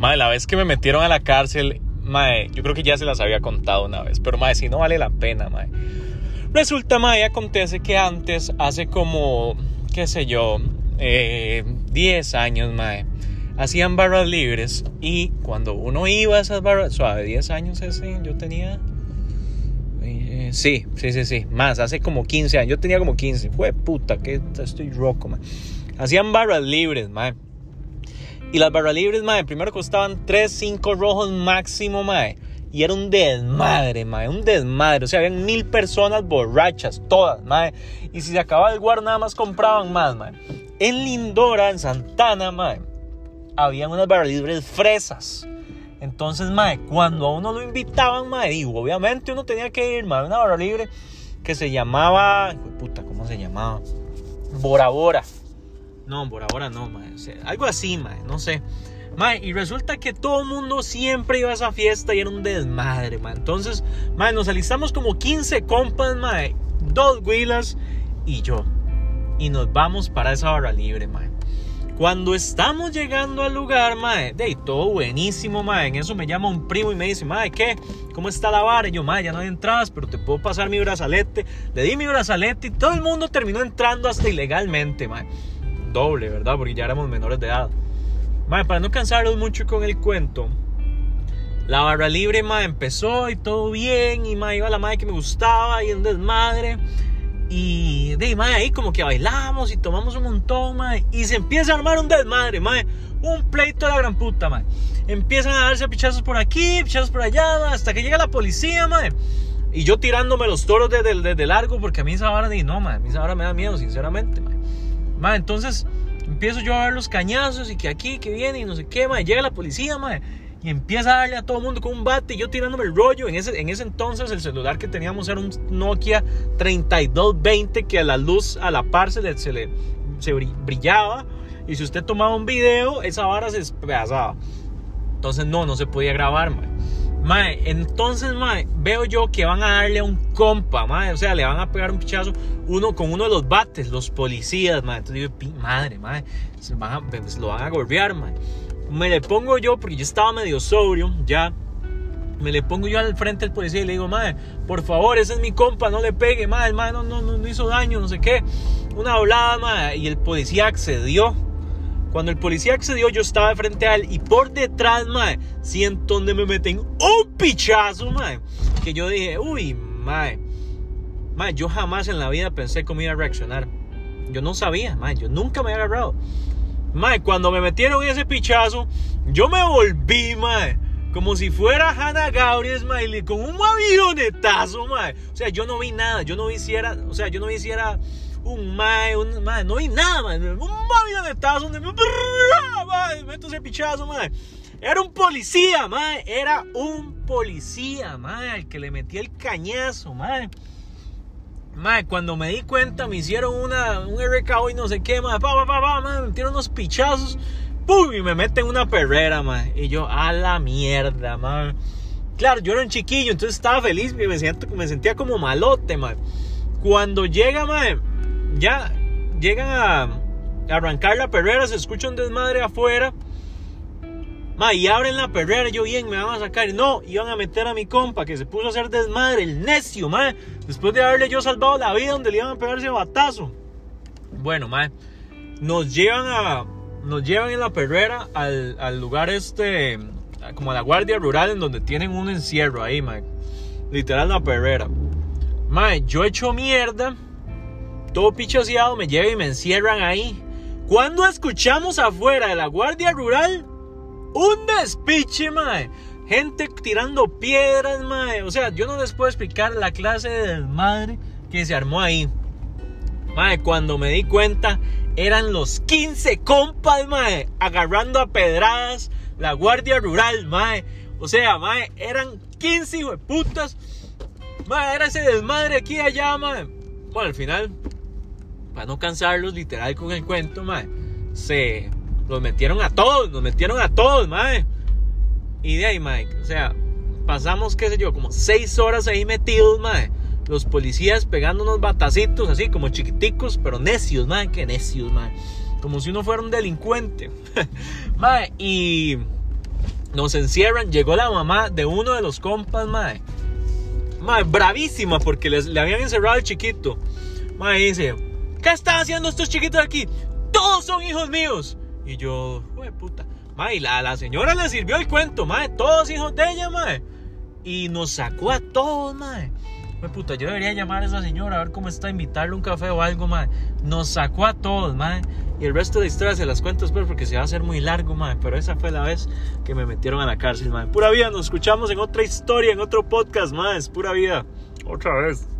Mae, la vez que me metieron a la cárcel, mae, yo creo que ya se las había contado una vez, pero mae, si no vale la pena, mae. Resulta, mae, acontece que antes, hace como, qué sé yo, 10 años, mae, hacían barras libres. Y cuando uno iba a esas barras, suave, 10 años ese, yo tenía... Sí, más, hace como 15 años, yo tenía como 15, fue puta, que estoy roco, mae. Hacían barras libres, mae. Y las barras libres, mae, primero costaban 3, 5 rojos máximo, mae. Y era un desmadre, mae, un desmadre. O sea, habían 1000 personas borrachas, todas, mae. Y si se acababa el guaro, nada más compraban más, mae. En Lindora, en Santana, mae, habían unas barras libres fresas. Entonces, mae, cuando a uno lo invitaban, mae, digo, obviamente uno tenía que ir, mae, a una barra libre que se llamaba... Puta, ¿cómo se llamaba? Bora Bora. No, Bora Bora no, mae. O sea, algo así, mae, no sé. Mae, y resulta que todo el mundo siempre iba a esa fiesta y era un desmadre, mae. Entonces, mae, nos alistamos como 15 compas, mae, 2 huilas y yo. Y nos vamos para esa barra libre, mae. Cuando estamos llegando al lugar, mae, de todo buenísimo, mae. En eso me llama un primo y me dice, mae, ¿qué? ¿Cómo está la vara? Y yo, mae, ya no hay entradas, pero te puedo pasar mi brazalete. Le di mi brazalete y todo el mundo terminó entrando hasta ilegalmente, mae. Doble, ¿verdad? Porque ya éramos menores de edad. Mae, para no cansarlos mucho con el cuento, la barra libre, mae, empezó y todo bien. Y mae, iba la mae que me gustaba y un desmadre. Y de mae, ahí como que bailamos y tomamos un montón, mae. Y se empieza a armar un desmadre, mae. Un pleito de la gran puta, mae. Empiezan a darse pichazos por aquí, pichazos por allá, mae, hasta que llega la policía, mae. Y yo tirándome los toros desde largo, porque a mí esa vara, no, mae, a mí esa vara me da miedo, sinceramente, mae. Mae, entonces empiezo yo a ver los cañazos y que aquí, que viene y no sé qué, mae. Llega la policía, mae, y empieza a darle a todo el mundo con un bate y yo tirándome el rollo. En ese entonces el celular que teníamos era un Nokia 3220 que a la luz a la par se brillaba. Y si usted tomaba un video, esa vara se despedazaba. Entonces no se podía grabar, mae. Mae, entonces, mae, veo yo que van a darle a un compa, mae. O sea, le van a pegar un pichazo con uno de los bates, los policías, mae. Entonces digo, madre, mae, se lo van a golpear, mae. Me le pongo yo, porque yo estaba medio sobrio, ya. Me le pongo yo al frente del policía y le digo, mae, por favor, ese es mi compa, no le pegue, mae. El mae no hizo daño, no sé qué. Una hablada, mae, y el policía accedió. Cuando el policía accedió, yo estaba de frente a él y por detrás, mae, siento donde me meten un pichazo, mae. Que yo dije, uy, mae, yo jamás en la vida pensé cómo iba a reaccionar. Yo no sabía, mae, yo nunca me había agarrado. Mae, cuando me metieron ese pichazo, yo me volví, mae, como si fuera Hannah Gabriel, mae, con un avionetazo, mae. O sea, yo no vi nada, yo no vi si era un mae, no vi nada, mae. Un avionetazo donde me meto ese pichazo, mae. Era un policía, mae. Era un policía, mae, al que le metí el cañazo, mae. Mae, cuando me di cuenta, me hicieron un RKO y no sé qué, mae. Me metieron unos pichazos. ¡Pum! Y me meten una perrera, mae. Y yo, a la mierda, mae. Claro, yo era un chiquillo, entonces estaba feliz. Me sentía como malote, mae. Cuando llega, mae, ya llegan a arrancar la perrera, se escucha un desmadre afuera, mae, y abren la perrera. Yo, bien, me van a sacar. No, iban a meter a mi compa que se puso a hacer desmadre, el necio, mae, después de haberle yo salvado la vida donde le iban a pegar ese batazo. Bueno, mae, nos llevan en la perrera al lugar como a la guardia rural, en donde tienen un encierro ahí, mae, literal la perrera. Mae, yo hecho mierda, todo pichoseado, me llevan y me encierran ahí. Cuando escuchamos afuera de la guardia rural un despiche, mae, gente tirando piedras, mae. O sea, yo no les puedo explicar la clase de desmadre que se armó ahí. Mae, cuando me di cuenta, eran los 15 compas, mae, agarrando a pedradas la guardia rural, mae. O sea, mae, eran 15 hijueputas. Mae, era ese desmadre aquí y allá, mae. Bueno, al final, para no cansarlos literal con el cuento, mae, nos metieron a todos, mae. Y de ahí, mae, o sea, pasamos, qué sé yo, como 6 horas ahí metidos, mae. Los policías pegando unos batacitos así, como chiquiticos, pero necios, mae, que necios, mae. Como si uno fuera un delincuente. Mae, y Nos encierran. Llegó la mamá de uno de los compas, mae. Mae, bravísima porque le habían encerrado al chiquito. Mae dice, ¿qué están haciendo estos chiquitos aquí? Todos son hijos míos. Y yo, puta. Mae, la señora le sirvió el cuento, mae. Todos hijos de ella, mae. Y nos sacó a todos, mae. Puta, yo debería llamar a esa señora a ver cómo está, invitarle un café o algo, mae. Nos sacó a todos, mae. Y el resto de historias se las cuento después porque se va a hacer muy largo, mae. Pero esa fue la vez que me metieron a la cárcel, mae. Pura vida, nos escuchamos en otra historia, en otro podcast, mae. Es pura vida. Otra vez.